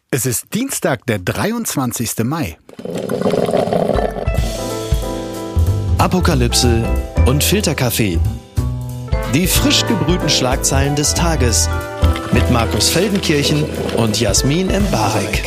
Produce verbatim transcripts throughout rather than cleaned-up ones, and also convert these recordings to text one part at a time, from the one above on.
Es ist Dienstag, der dreiundzwanzigste Mai. Apokalypse und Filterkaffee. Die frisch gebrühten Schlagzeilen des Tages mit Markus Feldenkirchen und Jasmin Mbarek.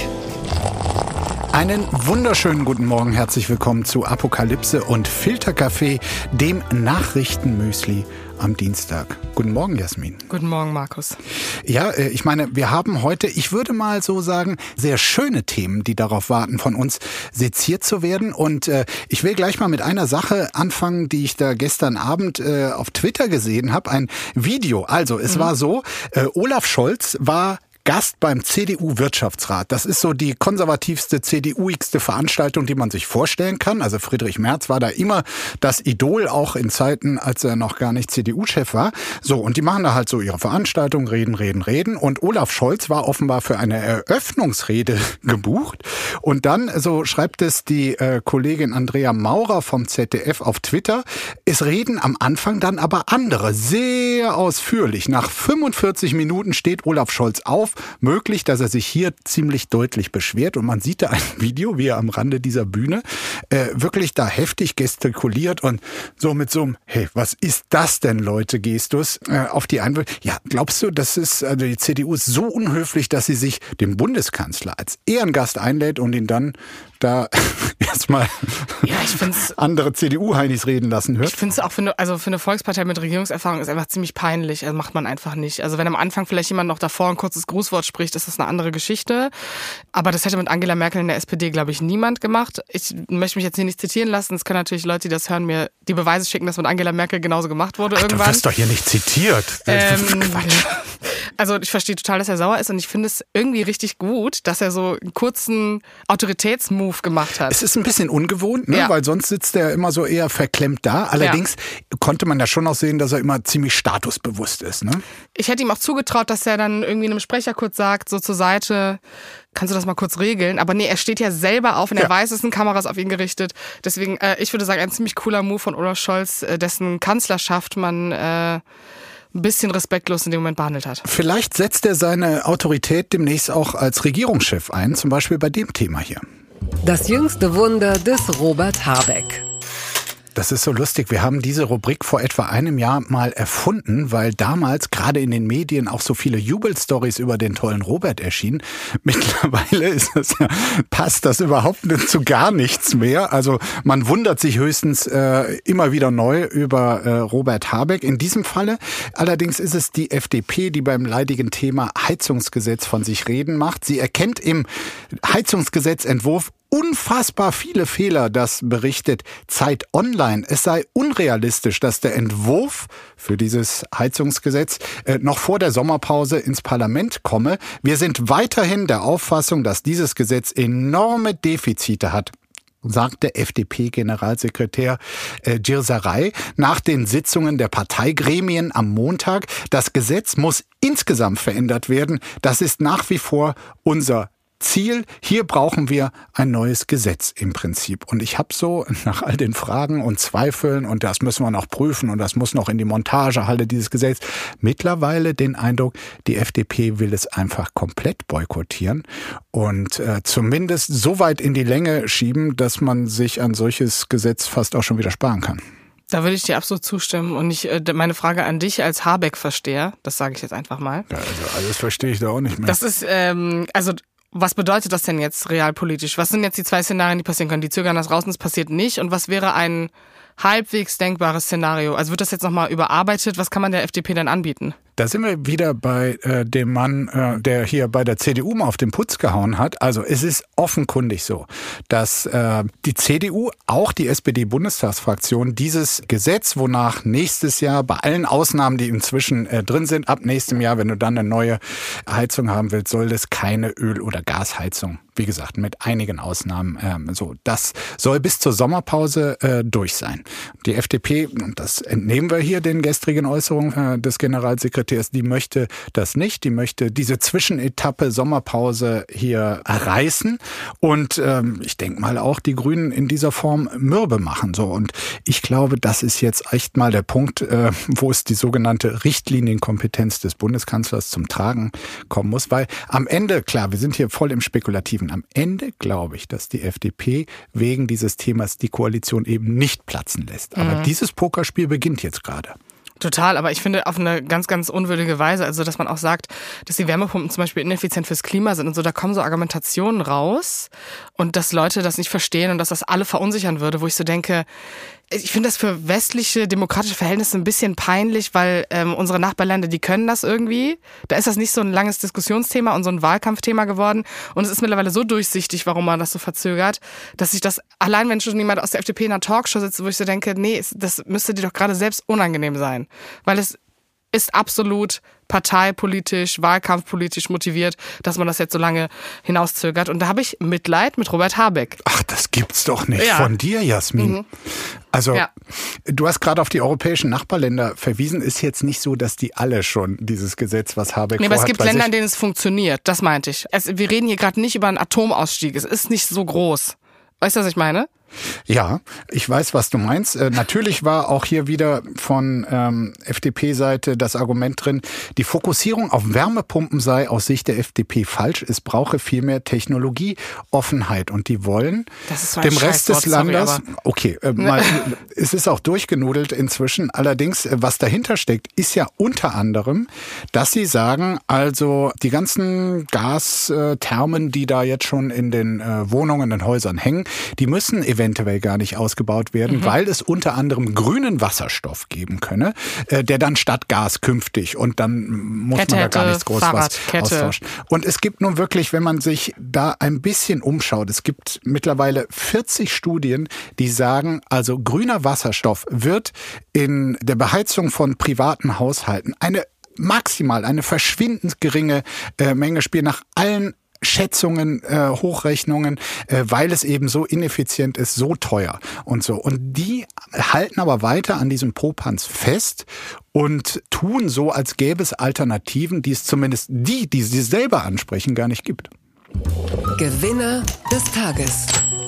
Einen wunderschönen guten Morgen, herzlich willkommen zu Apokalypse und Filterkaffee, dem Nachrichtenmüsli am Dienstag. Guten Morgen, Jasmin. Guten Morgen, Markus. Ja, ich meine, wir haben heute, ich würde mal so sagen, sehr schöne Themen, die darauf warten, von uns seziert zu werden. Und äh, ich will gleich mal mit einer Sache anfangen, die ich da gestern Abend äh, auf Twitter gesehen habe. Ein Video. Also, es mhm. war so, äh, Olaf Scholz war Gast beim C D U-Wirtschaftsrat. Das ist so die konservativste, C D U-igste Veranstaltung, die man sich vorstellen kann. Also Friedrich Merz war da immer das Idol, auch in Zeiten, als er noch gar nicht C D U-Chef war. So, und die machen da halt so ihre Veranstaltung, reden, reden, reden. Und Olaf Scholz war offenbar für eine Eröffnungsrede gebucht. Und dann, so schreibt es die äh, Kollegin Andrea Maurer vom Z D F auf Twitter, es reden am Anfang dann aber andere, sehr ausführlich. Nach fünfundvierzig Minuten steht Olaf Scholz auf. Möglich, dass er sich hier ziemlich deutlich beschwert und man sieht da ein Video, wie er am Rande dieser Bühne äh, wirklich da heftig gestikuliert und so mit so einem, hey, was ist das denn, Leute, Gestus, äh, auf die Einwürfe. Ja, glaubst du, das ist, also die C D U ist so unhöflich, dass sie sich den Bundeskanzler als Ehrengast einlädt und ihn dann da erstmal ja, ich find's, andere C D U-Heinis reden lassen hört? Ich finde es auch für eine, also für eine Volkspartei mit Regierungserfahrung ist einfach ziemlich peinlich. Also macht man einfach nicht. Also wenn am Anfang vielleicht jemand noch davor ein kurzes Grußwort spricht, ist das eine andere Geschichte. Aber das hätte mit Angela Merkel in der S P D, glaube ich, niemand gemacht. Ich möchte mich jetzt hier nicht zitieren lassen. Es können natürlich Leute, die das hören, mir die Beweise schicken, dass mit Angela Merkel genauso gemacht wurde. Ach, irgendwann. Du wirst doch hier nicht zitiert. Ähm, Quatsch. Also ich verstehe total, dass er sauer ist und ich finde es irgendwie richtig gut, dass er so einen kurzen Autoritätsmove gemacht hat. Es ist ein bisschen ungewohnt, ne? Ja. Weil sonst sitzt er immer so eher verklemmt da. Allerdings ja. konnte man ja schon auch sehen, dass er immer ziemlich statusbewusst ist. Ne? Ich hätte ihm auch zugetraut, dass er dann irgendwie einem Sprecher kurz sagt, so zur Seite, kannst du das mal kurz regeln? Aber nee, er steht ja selber auf und er ja. weiß, es sind Kameras auf ihn gerichtet. Deswegen, äh, ich würde sagen, ein ziemlich cooler Move von Olaf Scholz, äh, dessen Kanzlerschaft man äh, ein bisschen respektlos in dem Moment behandelt hat. Vielleicht setzt er seine Autorität demnächst auch als Regierungschef ein, zum Beispiel bei dem Thema hier. Das jüngste Wunder des Robert Habeck. Das ist so lustig. Wir haben diese Rubrik vor etwa einem Jahr mal erfunden, weil damals gerade in den Medien auch so viele Jubelstories über den tollen Robert erschienen. Mittlerweile ist das ja, passt das überhaupt zu gar nichts mehr. Also man wundert sich höchstens äh, immer wieder neu über äh, Robert Habeck. In diesem Falle allerdings ist es die F D P, die beim leidigen Thema Heizungsgesetz von sich reden macht. Sie erkennt im Heizungsgesetzentwurf unfassbar viele Fehler, das berichtet Zeit Online. Es sei unrealistisch, dass der Entwurf für dieses Heizungsgesetz äh, noch vor der Sommerpause ins Parlament komme. Wir sind weiterhin der Auffassung, dass dieses Gesetz enorme Defizite hat, sagte F D P-Generalsekretär äh, Girsaray nach den Sitzungen der Parteigremien am Montag. Das Gesetz muss insgesamt verändert werden. Das ist nach wie vor unser Ziel. Hier brauchen wir ein neues Gesetz im Prinzip. Und ich habe so nach all den Fragen und Zweifeln und das müssen wir noch prüfen und das muss noch in die Montagehalle dieses Gesetz, mittlerweile den Eindruck, die F D P will es einfach komplett boykottieren und äh, zumindest so weit in die Länge schieben, dass man sich ein solches Gesetz fast auch schon wieder sparen kann. Da würde ich dir absolut zustimmen. Und ich, meine Frage an dich als Habeck-Versteher, das sage ich jetzt einfach mal. Ja, also alles verstehe ich da auch nicht mehr. Das ist, ähm, also was bedeutet das denn jetzt realpolitisch? Was sind jetzt die zwei Szenarien, die passieren können? Die zögern das raus und es passiert nicht. Und was wäre ein halbwegs denkbares Szenario? Also wird das jetzt nochmal überarbeitet? Was kann man der F D P dann anbieten? Da sind wir wieder bei äh, dem Mann, äh, der hier bei der C D U mal auf den Putz gehauen hat. Also es ist offenkundig so, dass äh, die C D U, auch die S P D-Bundestagsfraktion, dieses Gesetz, wonach nächstes Jahr, bei allen Ausnahmen, die inzwischen äh, drin sind, ab nächstem Jahr, wenn du dann eine neue Heizung haben willst, soll es keine Öl- oder Gasheizung, wie gesagt, mit einigen Ausnahmen, ähm, so. Das soll bis zur Sommerpause äh, durch sein. Die F D P, und das entnehmen wir hier den gestrigen Äußerungen äh, des Generalsekretärs, Staatssekretärs, die möchte das nicht. Die möchte diese Zwischenetappe Sommerpause hier reißen. Und ähm, ich denke mal auch die Grünen in dieser Form mürbe machen. So. Und ich glaube, das ist jetzt echt mal der Punkt, äh, wo es die sogenannte Richtlinienkompetenz des Bundeskanzlers zum Tragen kommen muss. Weil am Ende, klar, wir sind hier voll im Spekulativen, am Ende glaube ich, dass die F D P wegen dieses Themas die Koalition eben nicht platzen lässt. Aber mhm. dieses Pokerspiel beginnt jetzt gerade. Total, aber ich finde auf eine ganz, ganz unwürdige Weise, also dass man auch sagt, dass die Wärmepumpen zum Beispiel ineffizient fürs Klima sind und so, da kommen so Argumentationen raus und dass Leute das nicht verstehen und dass das alle verunsichern würde, wo ich so denke, ich finde das für westliche demokratische Verhältnisse ein bisschen peinlich, weil ähm, unsere Nachbarländer, die können das irgendwie. Da ist das nicht so ein langes Diskussionsthema und so ein Wahlkampfthema geworden. Und es ist mittlerweile so durchsichtig, warum man das so verzögert, dass ich das, allein wenn schon jemand aus der F D P in einer Talkshow sitzt, wo ich so denke, nee, das müsste dir doch gerade selbst unangenehm sein. Weil es ist absolut parteipolitisch, wahlkampfpolitisch motiviert, dass man das jetzt so lange hinauszögert. Und da habe ich Mitleid mit Robert Habeck. Ach, das gibt's doch nicht ja. von dir, Jasmin. Mhm. Also, ja. du hast gerade auf die europäischen Nachbarländer verwiesen. Ist jetzt nicht so, dass die alle schon dieses Gesetz, was Habeck nee, vorhat... aber es gibt Länder, in denen es funktioniert. Das meinte ich. Es, wir reden hier gerade nicht über einen Atomausstieg. Es ist nicht so groß. Weißt du, was ich meine? Ja, ich weiß, was du meinst. Äh, natürlich war auch hier wieder von ähm, F D P-Seite das Argument drin, die Fokussierung auf Wärmepumpen sei aus Sicht der F D P falsch. Es brauche viel mehr Technologieoffenheit. Und die wollen das ist so ein dem Rest des Landes... Sorry, okay, äh, mal, es ist auch durchgenudelt inzwischen. Allerdings, was dahinter steckt, ist ja unter anderem, dass sie sagen, also die ganzen Gasthermen, die da jetzt schon in den äh, Wohnungen, in den Häusern hängen, die müssen eventuell eventuell gar nicht ausgebaut werden, mhm. weil es unter anderem grünen Wasserstoff geben könne, äh, der dann statt Gas künftig und dann muss Kette, man da gar nichts groß was Kette. austauschen. Und es gibt nun wirklich, wenn man sich da ein bisschen umschaut, es gibt mittlerweile vierzig Studien, die sagen, also grüner Wasserstoff wird in der Beheizung von privaten Haushalten eine maximal, eine verschwindend geringe äh, Menge spielen nach allen Schätzungen, äh, Hochrechnungen, äh, weil es eben so ineffizient ist, so teuer und so. Und die halten aber weiter an diesem Popanz fest und tun so, als gäbe es Alternativen, die es zumindest die, die sie selber ansprechen, gar nicht gibt. Gewinner des Tages.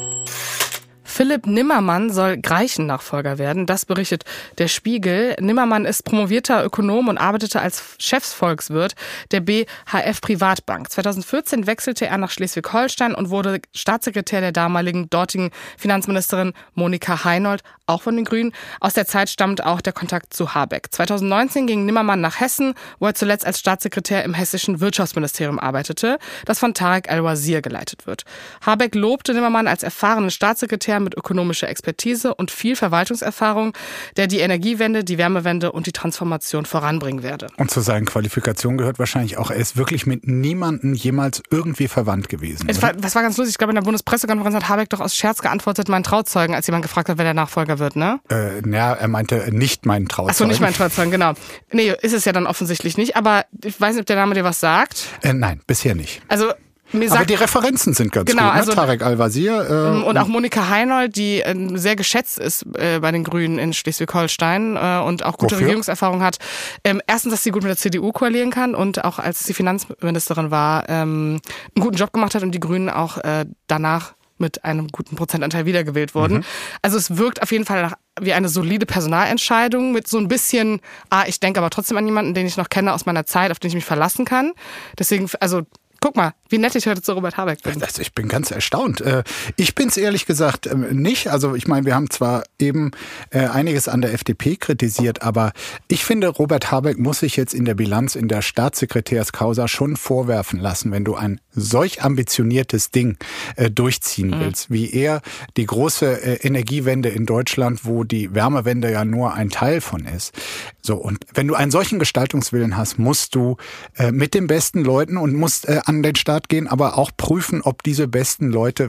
Philipp Nimmermann soll Greichen-Nachfolger werden, das berichtet der Spiegel. Nimmermann ist promovierter Ökonom und arbeitete als Chefsvolkswirt der B H F Privatbank. zweitausendvierzehn wechselte er nach Schleswig-Holstein und wurde Staatssekretär der damaligen dortigen Finanzministerin Monika Heinold, auch von den Grünen. Aus der Zeit stammt auch der Kontakt zu Habeck. zweitausendneunzehn ging Nimmermann nach Hessen, wo er zuletzt als Staatssekretär im hessischen Wirtschaftsministerium arbeitete, das von Tarek El-Wazir geleitet wird. Habeck lobte Nimmermann als erfahrenen Staatssekretär mit ökonomischer Expertise und viel Verwaltungserfahrung, der die Energiewende, die Wärmewende und die Transformation voranbringen werde. Und zu seinen Qualifikationen gehört wahrscheinlich auch, er ist wirklich mit niemandem jemals irgendwie verwandt gewesen. Es war, das war ganz lustig. Ich glaube, in der Bundespressekonferenz hat Habeck doch aus Scherz geantwortet, mein Trauzeugen, als jemand gefragt hat, wer der Nachfolger wird, ne? Äh, na, er meinte nicht meinen Trauzeugen. Ach so, nicht meinen Trauzeugen, genau. Nee, ist es ja dann offensichtlich nicht, aber ich weiß nicht, ob der Name dir was sagt. Äh, nein, bisher nicht. Also Mir Aber sagt, die Referenzen sind ganz genau, gut, ne? Also, Tarek El-Wazir. Äh, und auch Monika Heinold, die äh, sehr geschätzt ist äh, bei den Grünen in Schleswig-Holstein äh, und auch gute Wofür? Regierungserfahrung hat. Ähm, erstens, dass sie gut mit der C D U koalieren kann und auch als sie Finanzministerin war, ähm, einen guten Job gemacht hat und die Grünen auch äh, danach mit einem guten Prozentanteil wiedergewählt wurden. Mhm. Also es wirkt auf jeden Fall nach, wie eine solide Personalentscheidung mit so ein bisschen, ah, ich denke aber trotzdem an jemanden, den ich noch kenne aus meiner Zeit, auf den ich mich verlassen kann. Deswegen, also guck mal, wie nett ich heute zu Robert Habeck bin. Also ich bin ganz erstaunt. Ich bin es ehrlich gesagt nicht. Also ich meine, wir haben zwar eben einiges an der F D P kritisiert, aber ich finde, Robert Habeck muss sich jetzt in der Bilanz in der Staatssekretärskausa schon vorwerfen lassen, wenn du ein solch ambitioniertes Ding durchziehen mhm. willst, wie er die große Energiewende in Deutschland, wo die Wärmewende ja nur ein Teil von ist. So, und wenn du einen solchen Gestaltungswillen hast, musst du mit den besten Leuten und musst an den Start gehen, aber auch prüfen, ob diese besten Leute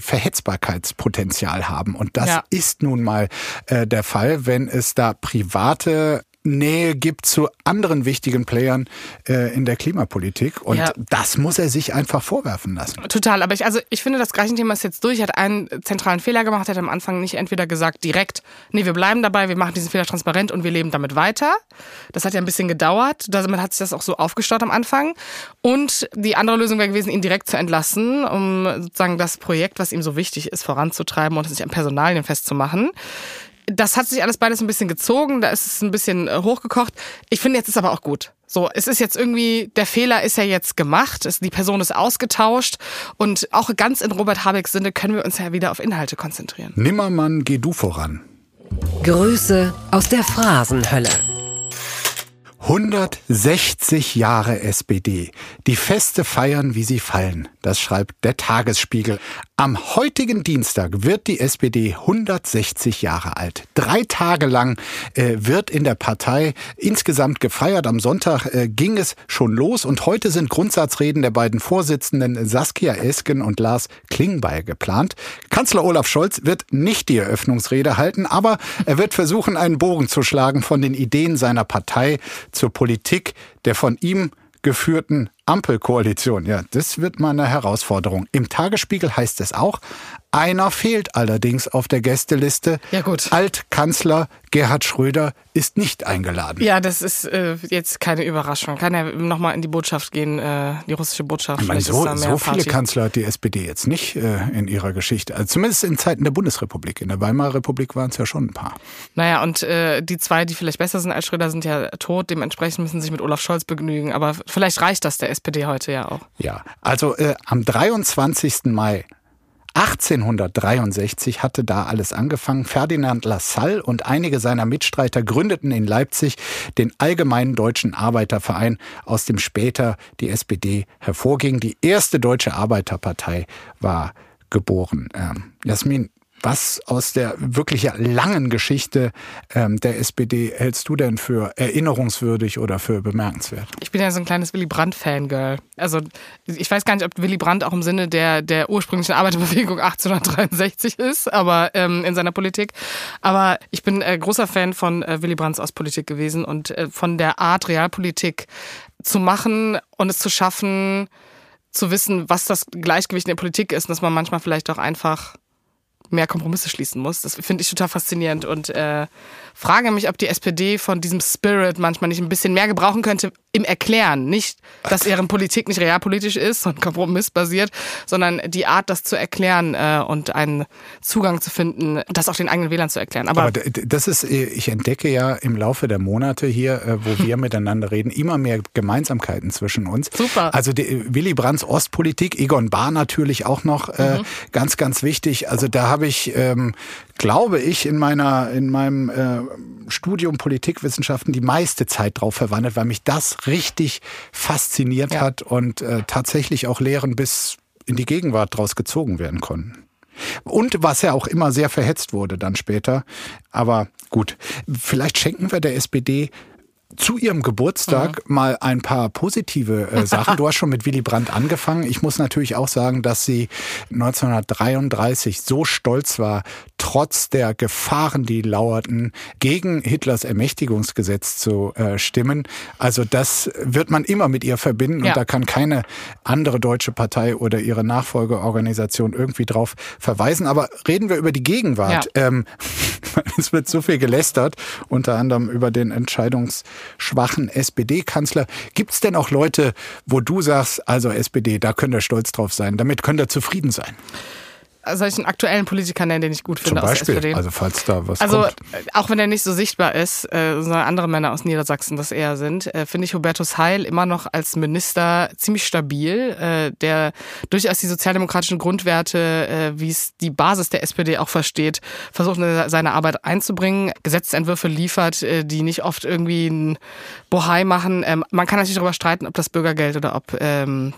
Verhetzbarkeitspotenzial haben. Und das ja. ist nun mal äh, der Fall, wenn es da private Nähe gibt zu anderen wichtigen Playern äh, in der Klimapolitik. Und ja. das muss er sich einfach vorwerfen lassen. Total, aber ich, also ich finde, das Greichen-Thema ist jetzt durch. Er hat einen zentralen Fehler gemacht, er hat am Anfang nicht entweder gesagt direkt, nee, wir bleiben dabei, wir machen diesen Fehler transparent und wir leben damit weiter. Das hat ja ein bisschen gedauert, damit hat sich das auch so aufgestaut am Anfang. Und die andere Lösung wäre gewesen, ihn direkt zu entlassen, um sozusagen das Projekt, was ihm so wichtig ist, voranzutreiben und sich an Personalien festzumachen. Das hat sich alles beides ein bisschen gezogen, da ist es ein bisschen hochgekocht. Ich finde, jetzt ist aber auch gut. So, es ist jetzt irgendwie, der Fehler ist ja jetzt gemacht, die Person ist ausgetauscht und auch ganz in Robert Habecks Sinne können wir uns ja wieder auf Inhalte konzentrieren. Nimmermann, geh du voran. Grüße aus der Phrasenhölle. hundertsechzig Jahre S P D. Die Feste feiern, wie sie fallen. Das schreibt der Tagesspiegel. Am heutigen Dienstag wird die S P D hundertsechzig Jahre alt. Drei Tage lang äh, wird in der Partei insgesamt gefeiert. Am Sonntag äh, ging es schon los und heute sind Grundsatzreden der beiden Vorsitzenden Saskia Esken und Lars Klingbeil geplant. Kanzler Olaf Scholz wird nicht die Eröffnungsrede halten, aber er wird versuchen, einen Bogen zu schlagen von den Ideen seiner Partei zur Politik der von ihm geführten Ampelkoalition. Ja, das wird mal eine Herausforderung. Im Tagesspiegel heißt es auch, einer fehlt allerdings auf der Gästeliste. Ja, gut. Altkanzler Gerhard Schröder ist nicht eingeladen. Ja, das ist äh, jetzt keine Überraschung. Kann er nochmal in die Botschaft gehen, äh, die russische Botschaft. Ich meine, so, so viele Kanzler hat die S P D jetzt nicht äh, in ihrer Geschichte. Also zumindest in Zeiten der Bundesrepublik. In der Weimarer Republik waren es ja schon ein paar. Naja, und äh, die zwei, die vielleicht besser sind als Schröder, sind ja tot. Dementsprechend müssen sie sich mit Olaf Scholz begnügen. Aber vielleicht reicht das der S P D heute ja auch. Ja, also äh, am dreiundzwanzigsten Mai achtzehnhundertdreiundsechzig hatte da alles angefangen. Ferdinand Lassalle und einige seiner Mitstreiter gründeten in Leipzig den Allgemeinen Deutschen Arbeiterverein, aus dem später die S P D hervorging. Die erste deutsche Arbeiterpartei war geboren. Ähm, Jasmin, was aus der wirklich langen Geschichte ähm, der S P D hältst du denn für erinnerungswürdig oder für bemerkenswert? Ich bin ja so ein kleines Willy Brandt-Fangirl. Also ich weiß gar nicht, ob Willy Brandt auch im Sinne der, der ursprünglichen Arbeiterbewegung achtzehnhundertdreiundsechzig ist, aber ähm, in seiner Politik. Aber ich bin äh, großer Fan von äh, Willy Brandts Ostpolitik gewesen und äh, von der Art, Realpolitik zu machen und es zu schaffen, zu wissen, was das Gleichgewicht in der Politik ist und dass man manchmal vielleicht auch einfach mehr Kompromisse schließen muss. Das finde ich total faszinierend und äh, frage mich, ob die S P D von diesem Spirit manchmal nicht ein bisschen mehr gebrauchen könnte im Erklären. Nicht, dass ihre Politik nicht realpolitisch ist und kompromissbasiert, sondern die Art, das zu erklären äh, und einen Zugang zu finden, das auch den eigenen Wählern zu erklären. Aber, Aber das ist, ich entdecke ja im Laufe der Monate hier, wo wir miteinander reden, immer mehr Gemeinsamkeiten zwischen uns. Super. Also die, Willy Brandts Ostpolitik, Egon Bahr natürlich auch noch äh, mhm. ganz, ganz wichtig. Also da habe ich, ähm, glaube ich, in meiner, in meinem äh, Studium Politikwissenschaften die meiste Zeit drauf verwandelt, weil mich das richtig fasziniert ja. hat und äh, tatsächlich auch Lehren bis in die Gegenwart draus gezogen werden konnten. Und was ja auch immer sehr verhetzt wurde dann später. Aber gut, vielleicht schenken wir der S P D zu ihrem Geburtstag mhm. mal ein paar positive äh, Sachen. Du hast schon mit Willy Brandt angefangen. Ich muss natürlich auch sagen, dass sie neunzehnhundertdreiunddreißig so stolz war, trotz der Gefahren, die lauerten, gegen Hitlers Ermächtigungsgesetz zu äh, stimmen. Also das wird man immer mit ihr verbinden ja. und da kann keine andere deutsche Partei oder ihre Nachfolgeorganisation irgendwie drauf verweisen. Aber reden wir über die Gegenwart. Ja. Ähm, es wird so viel gelästert, unter anderem über den entscheidungsschwachen S P D-Kanzler. Gibt es denn auch Leute, wo du sagst, also S P D, da könnt ihr stolz drauf sein, damit könnt ihr zufrieden sein? Soll ich einen aktuellen Politiker nennen, den ich gut finde? Zum Beispiel, aus der S P D? Also falls da was also, kommt. Also auch wenn er nicht so sichtbar ist, äh, sondern andere Männer aus Niedersachsen das eher sind, äh, finde ich Hubertus Heil immer noch als Minister ziemlich stabil, äh, der durchaus die sozialdemokratischen Grundwerte, äh, wie es die Basis der S P D auch versteht, versucht seine Arbeit einzubringen, Gesetzentwürfe liefert, äh, die nicht oft irgendwie ein Bohai machen. Ähm, man kann natürlich darüber streiten, ob das Bürgergeld oder ob ähm,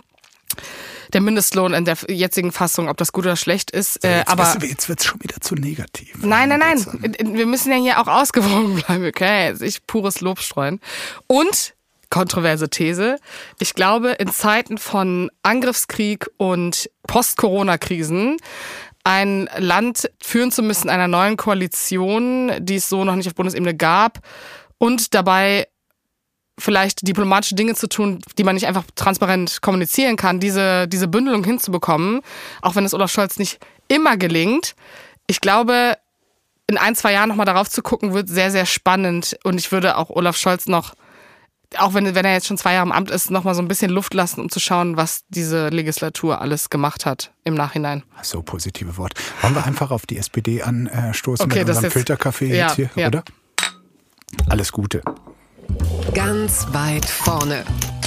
der Mindestlohn in der jetzigen Fassung, ob das gut oder schlecht ist. So, jetzt, aber weißt du, jetzt wird es schon wieder zu negativ. Nein, nein, nein. Wir müssen ja hier auch ausgewogen bleiben. Okay, ich pures Lob streuen. Und, kontroverse These, ich glaube, in Zeiten von Angriffskrieg und Post-Corona-Krisen ein Land führen zu müssen, einer neuen Koalition, die es so noch nicht auf Bundesebene gab, und dabei vielleicht diplomatische Dinge zu tun, die man nicht einfach transparent kommunizieren kann, diese, diese Bündelung hinzubekommen, auch wenn es Olaf Scholz nicht immer gelingt. Ich glaube, in ein, zwei Jahren nochmal darauf zu gucken, wird sehr, sehr spannend. Und ich würde auch Olaf Scholz noch, auch wenn, wenn er jetzt schon zwei Jahre im Amt ist, nochmal so ein bisschen Luft lassen, um zu schauen, was diese Legislatur alles gemacht hat im Nachhinein. So positive Wort. Wollen wir einfach auf die S P D anstoßen okay, mit unserem Filterkaffee ja, jetzt hier, ja. oder? Alles Gute. Ganz weit vorne.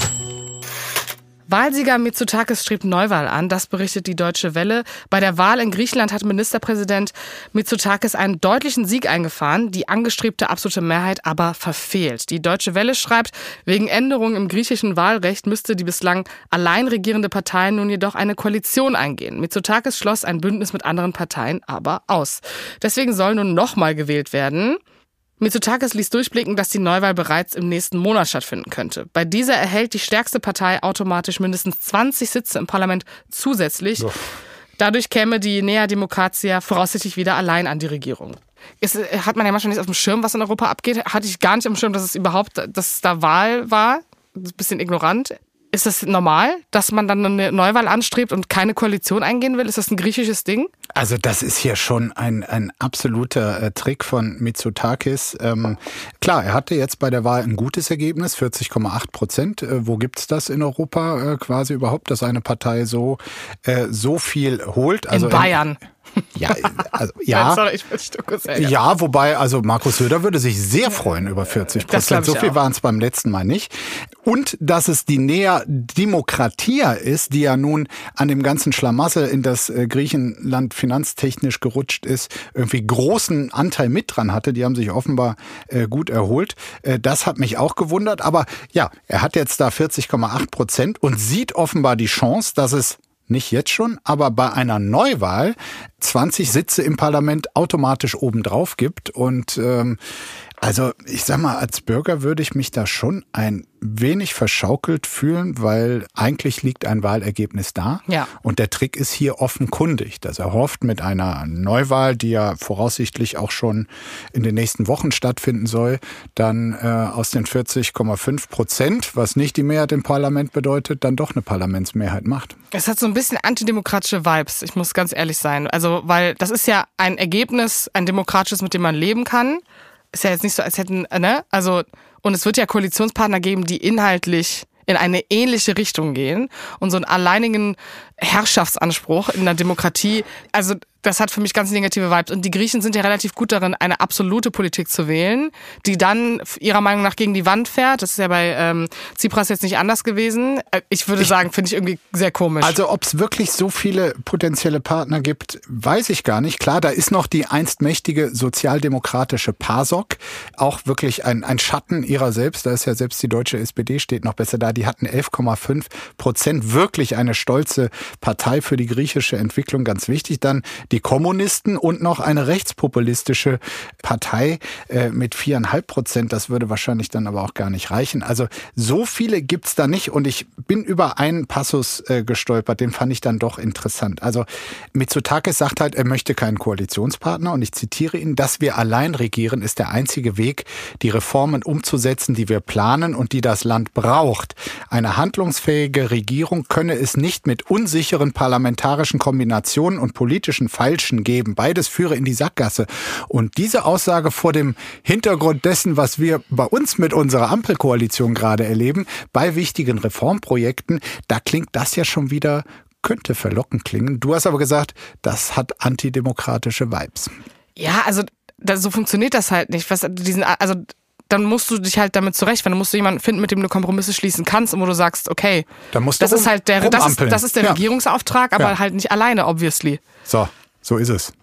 Wahlsieger Mitsotakis strebt Neuwahl an, das berichtet die Deutsche Welle. Bei der Wahl in Griechenland hat Ministerpräsident Mitsotakis einen deutlichen Sieg eingefahren, die angestrebte absolute Mehrheit aber verfehlt. Die Deutsche Welle schreibt, wegen Änderungen im griechischen Wahlrecht müsste die bislang allein regierende Partei nun jedoch eine Koalition eingehen. Mitsotakis schloss ein Bündnis mit anderen Parteien aber aus. Deswegen soll nun nochmal gewählt werden. Mitsotakis ließ durchblicken, dass die Neuwahl bereits im nächsten Monat stattfinden könnte. Bei dieser erhält die stärkste Partei automatisch mindestens zwanzig Sitze im Parlament zusätzlich. Doch. Dadurch käme die Nea Demokratia voraussichtlich wieder allein an die Regierung. Ist, hat man ja manchmal nicht auf dem Schirm, was in Europa abgeht. Hatte ich gar nicht auf dem Schirm, dass es überhaupt, dass es da Wahl war. Ein bisschen ignorant. Ist das normal, dass man dann eine Neuwahl anstrebt und keine Koalition eingehen will? Ist das ein griechisches Ding? Also das ist hier schon ein, ein absoluter äh, Trick von Mitsotakis. Ähm, klar, er hatte jetzt bei der Wahl ein gutes Ergebnis, vierzig Komma acht Prozent. Äh, wo gibt's das in Europa äh, quasi überhaupt, dass eine Partei so, äh, so viel holt? Also in Bayern. In, Ja, also, ja. Sorry, ich will dich doch kurz sagen. Ja, wobei, also Markus Söder würde sich sehr freuen über vierzig Prozent. So viel waren es beim letzten Mal nicht. Und dass es die Nea Demokratia ist, die ja nun an dem ganzen Schlamassel, in das äh, Griechenland finanztechnisch gerutscht ist, irgendwie großen Anteil mit dran hatte. Die haben sich offenbar äh, gut erholt. Äh, das hat mich auch gewundert. Aber ja, er hat jetzt da vierzig Komma acht Prozent und sieht offenbar die Chance, dass es nicht jetzt schon, aber bei einer Neuwahl zwanzig Sitze im Parlament automatisch obendrauf gibt. Und ähm, also ich sag mal, als Bürger würde ich mich da schon ein wenig verschaukelt fühlen, weil eigentlich liegt ein Wahlergebnis da. Ja. Und der Trick ist hier offenkundig, dass er hofft, mit einer Neuwahl, die ja voraussichtlich auch schon in den nächsten Wochen stattfinden soll, dann äh, aus den vierzig Komma fünf Prozent, was nicht die Mehrheit im Parlament bedeutet, dann doch eine Parlamentsmehrheit macht. Es hat so ein bisschen antidemokratische Vibes, ich muss ganz ehrlich sein. Also, weil das ist ja ein Ergebnis, ein demokratisches, mit dem man leben kann. Ist ja jetzt nicht so, als hätten, ne? Also, und es wird ja Koalitionspartner geben, die inhaltlich in eine ähnliche Richtung gehen und so einen alleinigen Herrschaftsanspruch in der Demokratie, also das hat für mich ganz negative Vibes. Und die Griechen sind ja relativ gut darin, eine absolute Politik zu wählen, die dann ihrer Meinung nach gegen die Wand fährt. Das ist ja bei ähm, Tsipras jetzt nicht anders gewesen. Ich würde ich, sagen, finde ich irgendwie sehr komisch. Also ob es wirklich so viele potenzielle Partner gibt, weiß ich gar nicht. Klar, da ist noch die einst mächtige sozialdemokratische PASOK, auch wirklich ein, ein Schatten ihrer selbst. Da ist ja selbst die deutsche S P D steht noch besser da. Die hatten elf Komma fünf Prozent, wirklich eine stolze Partei für die griechische Entwicklung, ganz wichtig. Dann die Kommunisten und noch eine rechtspopulistische Partei äh, mit viereinhalb Prozent. Das würde wahrscheinlich dann aber auch gar nicht reichen. Also so viele gibt's da nicht und ich bin über einen Passus äh, gestolpert, den fand ich dann doch interessant. Also Mitsotakis sagt halt, er möchte keinen Koalitionspartner und ich zitiere ihn, dass wir allein regieren ist der einzige Weg, die Reformen umzusetzen, die wir planen und die das Land braucht. Eine handlungsfähige Regierung könne es nicht mit unsicheren parlamentarischen Kombinationen und politischen Falschen geben. Beides führe in die Sackgasse. Und diese Aussage vor dem Hintergrund dessen, was wir bei uns mit unserer Ampelkoalition gerade erleben, bei wichtigen Reformprojekten, da klingt das ja schon wieder, könnte verlockend klingen. Du hast aber gesagt, das hat antidemokratische Vibes. Ja, also das, so funktioniert das halt nicht. Was, diesen, also dann musst du dich halt damit zurechtfinden. Dann musst du jemanden finden, mit dem du Kompromisse schließen kannst und wo du sagst, okay, dann musst du das, um, ist halt der, das, ist, das ist der ja. Regierungsauftrag, aber ja. halt nicht alleine, obviously. So, so ist es.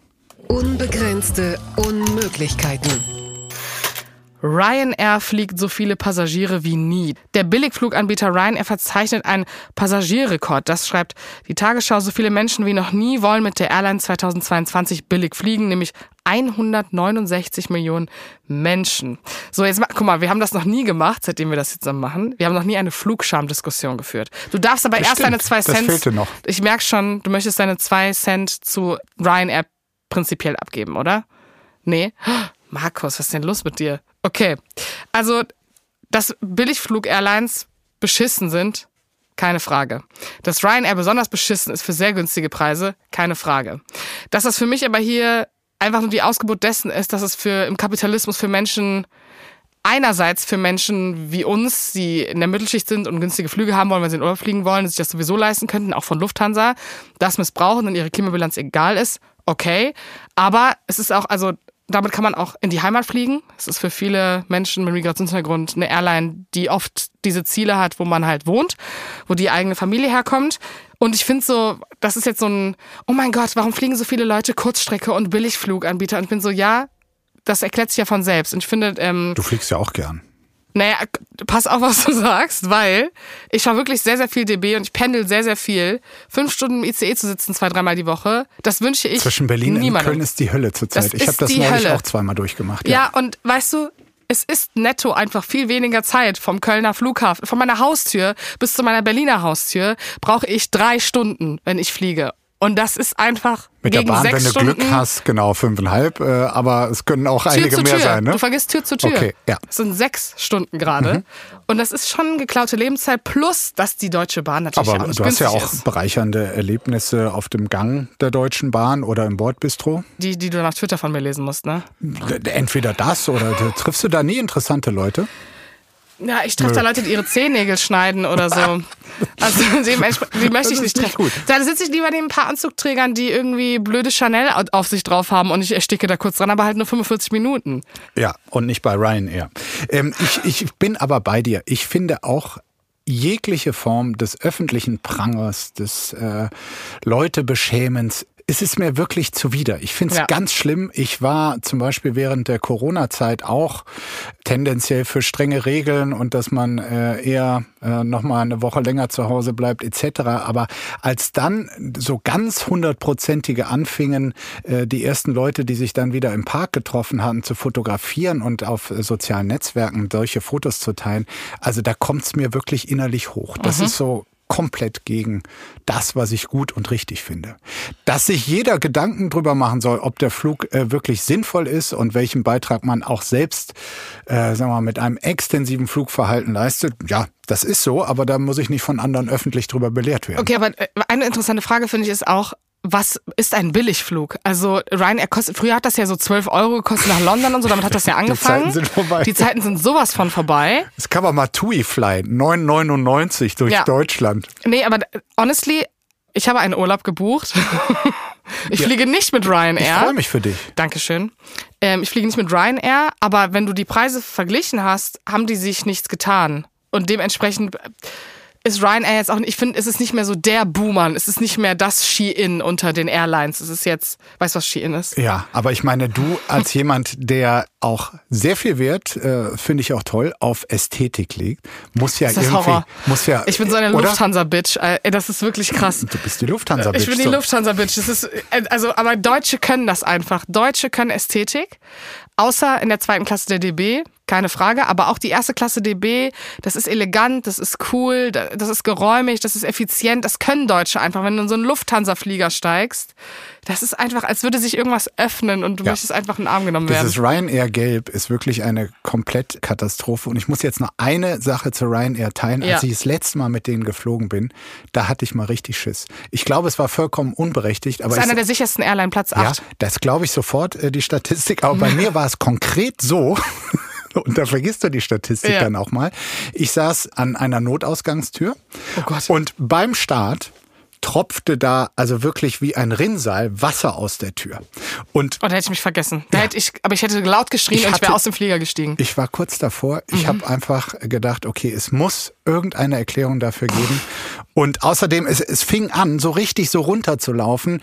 Unbegrenzte Unmöglichkeiten. Ryanair fliegt so viele Passagiere wie nie. Der Billigfluganbieter Ryanair verzeichnet einen Passagierrekord. Das schreibt die Tagesschau. So viele Menschen wie noch nie wollen mit der Airline zweitausendzweiundzwanzig billig fliegen, nämlich hundertneunundsechzig Millionen Menschen. So, jetzt guck mal, wir haben das noch nie gemacht, seitdem wir das jetzt machen. Wir haben noch nie eine Flugscham-Diskussion geführt. Du darfst aber das erst stimmt, deine zwei Cent. Das fehlte noch. Ich merke schon, du möchtest deine zwei Cent zu Ryanair prinzipiell abgeben, oder? Nee? Markus, was ist denn los mit dir? Okay, also, dass Billigflug-Airlines beschissen sind, keine Frage. Dass Ryanair besonders beschissen ist für sehr günstige Preise, keine Frage. Dass das für mich aber hier einfach nur die Ausgeburt dessen ist, dass es für im Kapitalismus für Menschen, einerseits für Menschen wie uns, die in der Mittelschicht sind und günstige Flüge haben wollen, weil sie in Urlaub fliegen wollen, die sich das sowieso leisten könnten, auch von Lufthansa, das missbrauchen und ihre Klimabilanz egal ist, okay. Aber es ist auch, also damit kann man auch in die Heimat fliegen. Es ist für viele Menschen mit Migrationshintergrund eine Airline, die oft diese Ziele hat, wo man halt wohnt, wo die eigene Familie herkommt. Und ich finde so, das ist jetzt so ein, oh mein Gott, warum fliegen so viele Leute Kurzstrecke und Billigfluganbieter? Und ich bin so, ja, das erklärt sich ja von selbst. Und ich finde, ähm, du fliegst ja auch gern. Naja, pass auf, was du sagst, weil ich fahre wirklich sehr, sehr viel D B und ich pendel sehr, sehr viel. Fünf Stunden im I C E zu sitzen, zwei, dreimal die Woche, das wünsche ich Zwischen Berlin niemandem. und Köln ist die Hölle zurzeit. Das ich habe das neulich Hölle. auch zweimal durchgemacht. Ja. ja, und weißt du, es ist netto einfach viel weniger Zeit vom Kölner Flughafen. Von meiner Haustür bis zu meiner Berliner Haustür brauche ich drei Stunden, wenn ich fliege. Und das ist einfach mit gegen der Bahn, sechs wenn du Stunden Glück hast, genau fünfeinhalb. Äh, aber es können auch Tür einige zu mehr Tür. sein. Ne? Du vergisst Tür zu Tür. Okay, ja. Das sind sechs Stunden gerade. Mhm. Und das ist schon geklaute Lebenszeit. Plus, dass die Deutsche Bahn natürlich aber auch nicht du hast ja auch ist. bereichernde Erlebnisse auf dem Gang der Deutschen Bahn oder im Bordbistro. Die, die du nach Twitter von mir lesen musst, ne? Entweder das oder triffst du da nie interessante Leute? Ja, ich treffe da Leute, die ihre Zehennägel schneiden oder so. Also die, die möchte ich nicht treffen. Gut. Da sitze ich lieber neben ein paar Anzugträgern, die irgendwie blöde Chanel auf sich drauf haben und ich ersticke da kurz dran, aber halt nur fünfundvierzig Minuten. Ja, und nicht bei Ryanair. Ähm, ich, ich bin aber bei dir. Ich finde auch jegliche Form des öffentlichen Prangers, des äh, Leutebeschämens, es ist mir wirklich zuwider. Ich finde es ja. ganz schlimm. Ich war zum Beispiel während der Corona-Zeit auch tendenziell für strenge Regeln und dass man äh, eher äh, nochmal eine Woche länger zu Hause bleibt et cetera. Aber als dann so ganz hundertprozentige anfingen, äh, die ersten Leute, die sich dann wieder im Park getroffen hatten, zu fotografieren und auf äh, sozialen Netzwerken solche Fotos zu teilen, also da kommt es mir wirklich innerlich hoch. Das mhm. ist so komplett gegen das, was ich gut und richtig finde. Dass sich jeder Gedanken drüber machen soll, ob der Flug äh, wirklich sinnvoll ist und welchen Beitrag man auch selbst, äh, sagen wir mal, mit einem extensiven Flugverhalten leistet, ja, das ist so, aber da muss ich nicht von anderen öffentlich drüber belehrt werden. Okay, aber eine interessante Frage finde ich ist auch, was ist ein Billigflug? Also Ryanair kostet, früher hat das ja so zwölf Euro gekostet nach London und so, damit hat das ja angefangen. Die Zeiten sind vorbei. Die Zeiten sind sowas von vorbei. Das kann man mal TUI fly, neun neunundneunzig durch ja. Deutschland. Nee, aber honestly, ich habe einen Urlaub gebucht. Ich ja. fliege nicht mit Ryanair. Ich freue mich für dich. Dankeschön. Ähm, ich fliege nicht mit Ryanair, aber wenn du die Preise verglichen hast, haben die sich nichts getan. Und dementsprechend ist Ryanair jetzt auch, ich finde, es ist nicht mehr so der Boomer, es ist nicht mehr das Shein unter den Airlines. Es ist jetzt, weißt du, was Shein ist? Ja, aber ich meine, du als jemand, der auch sehr viel Wert, äh, finde ich auch toll, auf Ästhetik legt, muss ja das ist irgendwie, Horror. muss ja. Ich bin so eine Lufthansa-Bitch, das ist wirklich krass. Du bist die Lufthansa-Bitch. Ich bin die so. Lufthansa-Bitch. Das ist, also, aber Deutsche können das einfach. Deutsche können Ästhetik, außer in der zweiten Klasse der D B. Keine Frage, aber auch die erste Klasse D B, das ist elegant, das ist cool, das ist geräumig, das ist effizient, das können Deutsche einfach. Wenn du in so einen Lufthansa-Flieger steigst, das ist einfach, als würde sich irgendwas öffnen und du ja. möchtest einfach in den Arm genommen werden. Dieses Ryanair Gelb ist wirklich eine komplett Katastrophe und ich muss jetzt noch eine Sache zu Ryanair teilen. Als ja. ich das letzte Mal mit denen geflogen bin, da hatte ich mal richtig Schiss. Ich glaube, es war vollkommen unberechtigt. Aber das ist einer der sichersten Airline, Platz acht. Ja, das glaube ich sofort, die Statistik, aber bei mir war es konkret so. Und da vergisst du die Statistik ja. dann auch mal. Ich saß an einer Notausgangstür oh Gott. Und beim Start tropfte da also wirklich wie ein Rinnsal Wasser aus der Tür. Und oh, da hätte ich mich vergessen. Da ja. hätte ich, aber ich hätte laut geschrien ich und hatte, ich wäre aus dem Flieger gestiegen. Ich war kurz davor. Ich mhm. habe einfach gedacht, okay, es muss irgendeine Erklärung dafür geben. Und außerdem, es, es fing an, so richtig so runter zu laufen,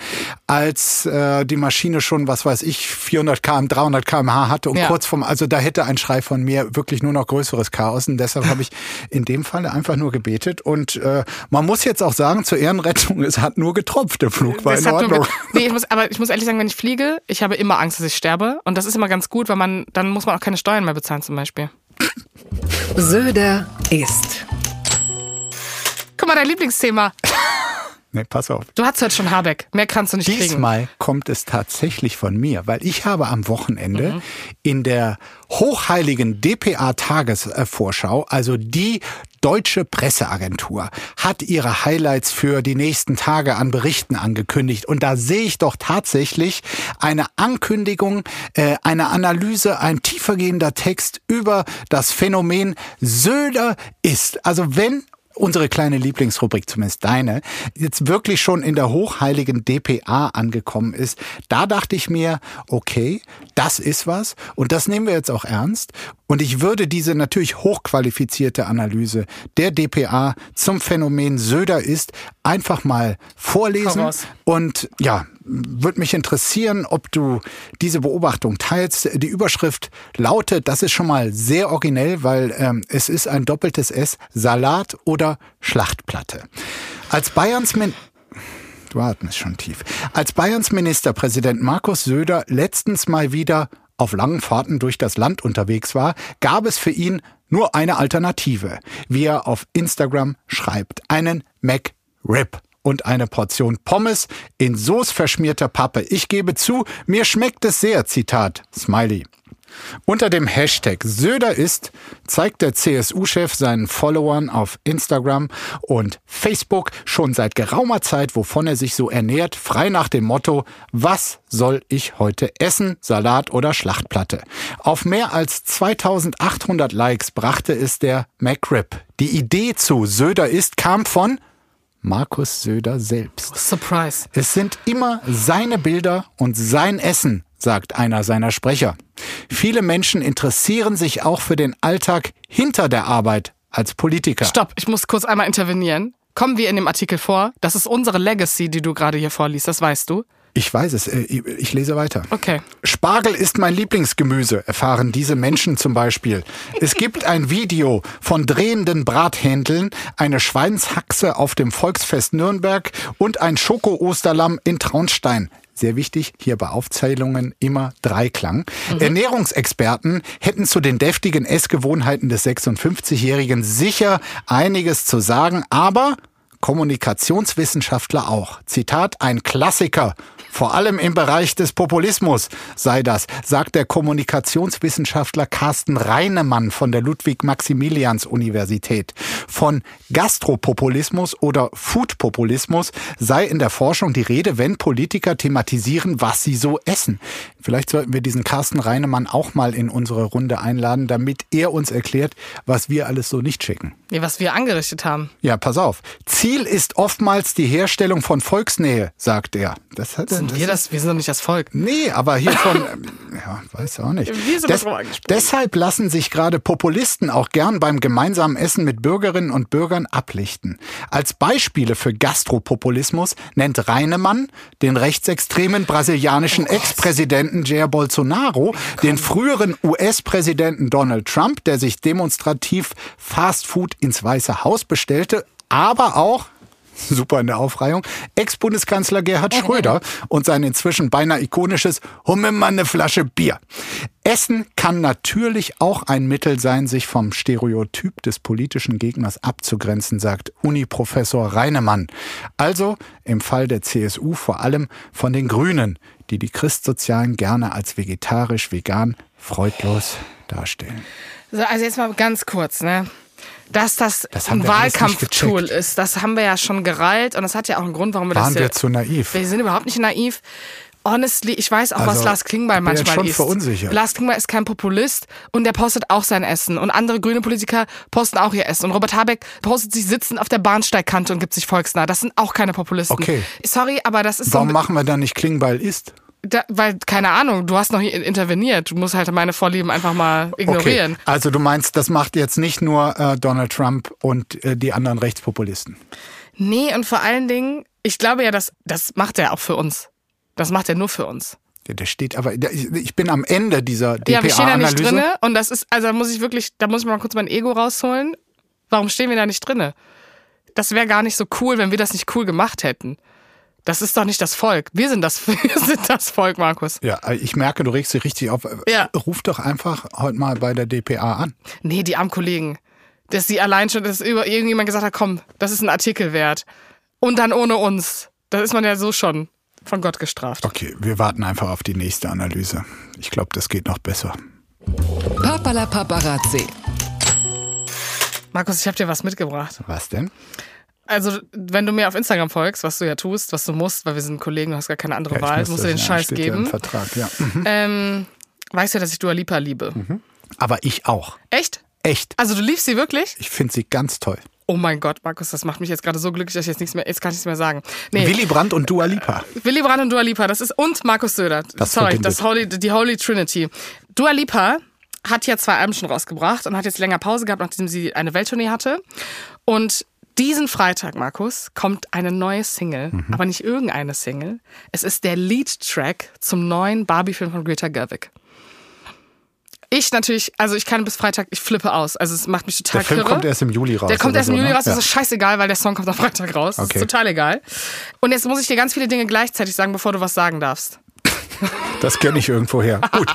als äh, die Maschine schon, was weiß ich, vierhundert Kilometer, dreihundert Kilometer pro Stunde hatte. Und ja. kurz vorm, also da hätte ein Schrei von mir wirklich nur noch größeres Chaos. Und deshalb habe ich in dem Falle einfach nur gebetet. Und äh, man muss jetzt auch sagen, zur Ehrenrettung, es hat nur getropft, der Flug war das in Ordnung. Nee, ich muss, aber ich muss ehrlich sagen, wenn ich fliege, ich habe immer Angst, dass ich sterbe. Und das ist immer ganz gut, weil man, dann muss man auch keine Steuern mehr bezahlen zum Beispiel. Söder ist. Guck mal, dein Lieblingsthema. Nee, pass auf. Du hast heute schon Habeck. Mehr kannst du nicht kriegen. Diesmal kommt es tatsächlich von mir, weil ich habe am Wochenende mhm. in der hochheiligen D P A-Tagesvorschau, also die Deutsche Presseagentur, hat ihre Highlights für die nächsten Tage an Berichten angekündigt. Und da sehe ich doch tatsächlich eine Ankündigung, äh, eine Analyse, ein tiefergehender Text über das Phänomen Söder ist. Also wenn unsere kleine Lieblingsrubrik, zumindest deine, jetzt wirklich schon in der hochheiligen D P A angekommen ist, da dachte ich mir, okay, das ist was und das nehmen wir jetzt auch ernst. Und ich würde diese natürlich hochqualifizierte Analyse der D P A zum Phänomen Söder ist einfach mal vorlesen. Und ja, würde mich interessieren, ob du diese Beobachtung teilst. Die Überschrift lautet, das ist schon mal sehr originell, weil ähm, es ist ein doppeltes S, Salat oder Schlachtplatte. Als Bayerns Min- Du atmest schon tief. Als Bayerns Ministerpräsident Markus Söder letztens mal wieder auf langen Fahrten durch das Land unterwegs war, gab es für ihn nur eine Alternative, wie er auf Instagram schreibt, einen McRib und eine Portion Pommes in Sauce verschmierter Pappe. Ich gebe zu, mir schmeckt es sehr, Zitat, Smiley. Unter dem Hashtag Söder ist zeigt der C S U-Chef seinen Followern auf Instagram und Facebook schon seit geraumer Zeit, wovon er sich so ernährt, frei nach dem Motto, was soll ich heute essen, Salat oder Schlachtplatte? Auf mehr als zweitausendachthundert Likes brachte es der McRib. Die Idee zu Söder ist kam von Markus Söder selbst. Surprise. Es sind immer seine Bilder und sein Essen, sagt einer seiner Sprecher. Viele Menschen interessieren sich auch für den Alltag hinter der Arbeit als Politiker. Stopp, ich muss kurz einmal intervenieren. Kommen wir in dem Artikel vor? Das ist unsere Legacy, die du gerade hier vorliest, das weißt du. Ich weiß es, ich lese weiter. Okay. Spargel ist mein Lieblingsgemüse, erfahren diese Menschen zum Beispiel. Es gibt ein Video von drehenden Brathändeln, eine Schweinshaxe auf dem Volksfest Nürnberg und ein Schoko-Osterlamm in Traunstein. Sehr wichtig, hier bei Aufzählungen immer Dreiklang. Mhm. Ernährungsexperten hätten zu den deftigen Essgewohnheiten des sechsundfünfzigjährigen sicher einiges zu sagen, aber Kommunikationswissenschaftler auch. Zitat, ein Klassiker. Vor allem im Bereich des Populismus sei das, sagt der Kommunikationswissenschaftler Carsten Reinemann von der Ludwig-Maximilians-Universität. Von Gastropopulismus oder Foodpopulismus sei in der Forschung die Rede, wenn Politiker thematisieren, was sie so essen. Vielleicht sollten wir diesen Carsten Reinemann auch mal in unsere Runde einladen, damit er uns erklärt, was wir alles so nicht schicken. Ja, was wir angerichtet haben. Ja, pass auf. Ziel ist oftmals die Herstellung von Volksnähe, sagt er. Das hat, sind das wir das? Wir sind doch nicht das Volk. Nee, aber hier von, ja, weiß auch nicht. Wir sind Des, drauf angesprochen. Deshalb lassen sich gerade Populisten auch gern beim gemeinsamen Essen mit Bürgerinnen und Bürgern ablichten. Als Beispiele für Gastropopulismus nennt Reinemann den rechtsextremen brasilianischen oh Ex-Präsidenten Jair Bolsonaro, oh den früheren U S-Präsidenten Donald Trump, der sich demonstrativ Fastfood ins Weiße Haus bestellte, aber auch, super in der Aufreihung, Ex-Bundeskanzler Gerhard Schröder und sein inzwischen beinahe ikonisches Hol mir mal eine Flasche Bier. Essen kann natürlich auch ein Mittel sein, sich vom Stereotyp des politischen Gegners abzugrenzen, sagt Uni-Professor Reinemann. Also im Fall der C S U vor allem von den Grünen, die die Christsozialen gerne als vegetarisch, vegan, freudlos darstellen. So, also jetzt mal ganz kurz, ne? Dass das, das ein Wahlkampftool ist, das haben wir ja schon gereilt und das hat ja auch einen Grund, warum wir Waren das... Waren wir zu naiv? Wir sind überhaupt nicht naiv. Honestly, ich weiß auch, also, was Lars Klingbeil manchmal ist. Ich bin jetzt ist. schon verunsichert. Lars Klingbeil ist kein Populist und der postet auch sein Essen. Und andere grüne Politiker posten auch ihr Essen. Und Robert Habeck postet sich sitzen auf der Bahnsteigkante und gibt sich volksnah. Das sind auch keine Populisten. Okay. Sorry, aber das ist Warum so... machen wir dann nicht Klingbeil isst? Da, weil, keine Ahnung, du hast noch interveniert. Du musst halt meine Vorlieben einfach mal ignorieren. Okay. Also du meinst, das macht jetzt nicht nur äh, Donald Trump und äh, die anderen Rechtspopulisten? Nee, und vor allen Dingen, ich glaube ja, das, das macht er auch für uns. Das macht er nur für uns. Ja, der steht aber, ich bin am Ende dieser D P A-Analyse. Ja, wir stehen da nicht drinne und das ist, also da muss ich wirklich, da muss ich mal kurz mein Ego rausholen. Warum stehen wir da nicht drinne? Das wäre gar nicht so cool, wenn wir das nicht cool gemacht hätten. Das ist doch nicht das Volk. Wir sind das, wir sind das Volk, Markus. Ja, ich merke, du regst dich richtig auf. Ja. Ruf doch einfach heute mal bei der D P A an. Nee, die armen Kollegen. Dass sie allein schon, dass irgendjemand gesagt hat, komm, das ist ein Artikel wert. Und dann ohne uns. Da ist man ja so schon von Gott gestraft. Okay, wir warten einfach auf die nächste Analyse. Ich glaube, das geht noch besser. Papala Paparazzi. Markus, ich habe dir was mitgebracht. Was denn? Also, wenn du mir auf Instagram folgst, was du ja tust, was du musst, weil wir sind Kollegen, du hast gar keine andere Ja, Wahl, muss musst du das, den ja, Scheiß steht geben. Ja im Vertrag, ja. Mhm. Ähm, weißt du, dass ich Dua Lipa liebe? Mhm. Aber ich auch. Echt? Echt. Also, du liebst sie wirklich? Ich finde sie ganz toll. Oh mein Gott, Markus, das macht mich jetzt gerade so glücklich, dass ich jetzt nichts mehr, jetzt kann ich nichts mehr sagen. Nee. Willy Brandt und Dua Lipa. Willy Brandt und Dua Lipa, das ist, und Markus Söder. Das Sorry, verbindet. das Holy, die Holy Trinity. Dua Lipa hat ja zwei Alben schon rausgebracht und hat jetzt länger Pause gehabt, nachdem sie eine Welttournee hatte. Und diesen Freitag, Markus, kommt eine neue Single, mhm. aber nicht irgendeine Single. Es ist der Lead-Track zum neuen Barbie-Film von Greta Gerwig. Ich natürlich, also ich kann bis Freitag, ich flippe aus. Also es macht mich total Der Film kirre. kommt erst im Juli raus. Der kommt erst im so, Juli ne? raus, das Ja. ist scheißegal, weil der Song kommt am Freitag raus. Das Okay. ist total egal. Und jetzt muss ich dir ganz viele Dinge gleichzeitig sagen, bevor du was sagen darfst. Das kenne ich irgendwoher. Gut.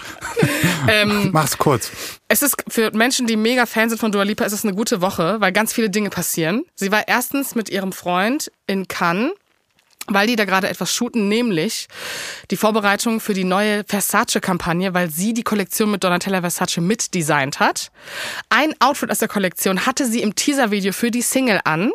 ähm, Mach's kurz. Es ist für Menschen, die mega Fan sind von Dua Lipa, ist es eine gute Woche, weil ganz viele Dinge passieren. Sie war erstens mit ihrem Freund in Cannes, weil die da gerade etwas shooten, nämlich die Vorbereitung für die neue Versace-Kampagne, weil sie die Kollektion mit Donatella Versace mitdesignt hat. Ein Outfit aus der Kollektion hatte sie im Teaser-Video für die Single an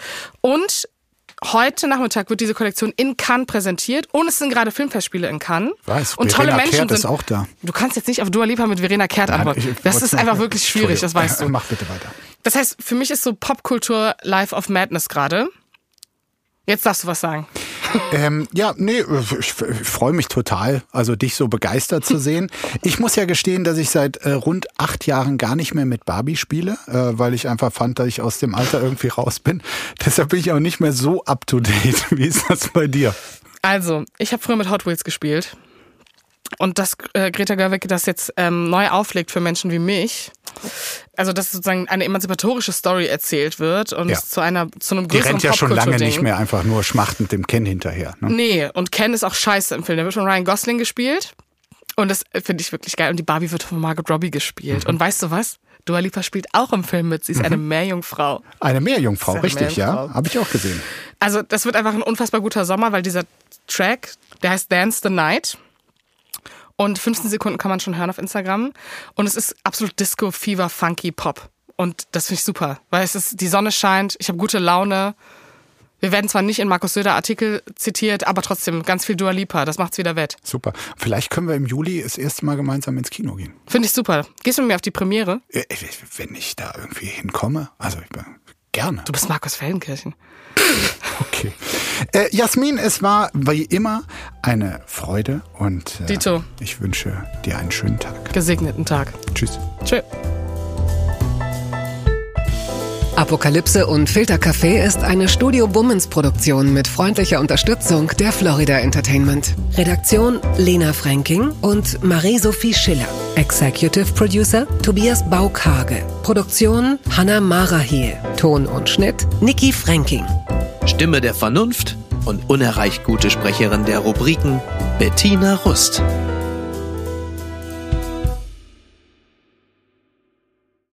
und heute Nachmittag wird diese Kollektion in Cannes präsentiert und es sind gerade Filmfestspiele in Cannes. Weiß, und Verena tolle Menschen Kehrt sind ist auch da. Du kannst jetzt nicht auf Dua Lipa mit Verena Kehrt antworten. Nein, ich- das ich ist wollte einfach noch- wirklich schwierig, das weißt du. Mach bitte weiter. Das heißt, für mich ist so Popkultur Life of Madness gerade. Jetzt darfst du was sagen. Ähm, ja, nee, ich, ich freue mich total, also dich so begeistert zu sehen. Ich muss ja gestehen, dass ich seit äh, rund acht Jahren gar nicht mehr mit Barbie spiele, äh, weil ich einfach fand, dass ich aus dem Alter irgendwie raus bin. Deshalb bin ich auch nicht mehr so up to date. Wie ist das bei dir? Also, ich habe früher mit Hot Wheels gespielt. Und dass äh, Greta Gerwig das jetzt ähm, neu auflegt für Menschen wie mich, also dass sozusagen eine emanzipatorische Story erzählt wird und Ja. es zu einer zu einem Die größeren rennt ja schon lange Popkultur-Ding. nicht mehr einfach nur schmachtend dem Ken hinterher. Ne? Nee, und Ken ist auch scheiße im Film. Der wird von Ryan Gosling gespielt. Und das finde ich wirklich geil. Und die Barbie wird von Margot Robbie gespielt. Mhm. Und weißt du was? Dua Lipa spielt auch im Film mit. Sie ist Mhm. eine Meerjungfrau. Eine Meerjungfrau, Das ist eine richtig, Meerjungfrau. ja. Habe ich auch gesehen. Also das wird einfach ein unfassbar guter Sommer, weil dieser Track, der heißt Dance the Night. Und fünfzehn Sekunden kann man schon hören auf Instagram. Und es ist absolut Disco, Fever, Funky, Pop. Und das finde ich super. Weil es ist, die Sonne scheint, ich habe gute Laune. Wir werden zwar nicht in Markus Söder Artikel zitiert, aber trotzdem ganz viel Dua Lipa. Das macht's wieder wett. Super. Vielleicht können wir im Juli das erste Mal gemeinsam ins Kino gehen. Finde ich super. Gehst du mit mir auf die Premiere? Äh, Wenn ich da irgendwie hinkomme. Also ich bin gerne. Du bist Markus Feldenkirchen. Okay. Äh, Jasmin, es war wie immer eine Freude und äh, Dito. ich wünsche dir einen schönen Tag. Gesegneten Tag. Tschüss. Tschö. Apokalypse und Filtercafé ist eine Studio Bummens Produktion mit freundlicher Unterstützung der Florida Entertainment. Redaktion Lena Fränking und Marie-Sophie Schiller. Executive Producer Tobias Baukage. Produktion Hanna Marahiel. Ton und Schnitt Niki Fränking. Stimme der Vernunft und unerreicht gute Sprecherin der Rubriken Bettina Rust.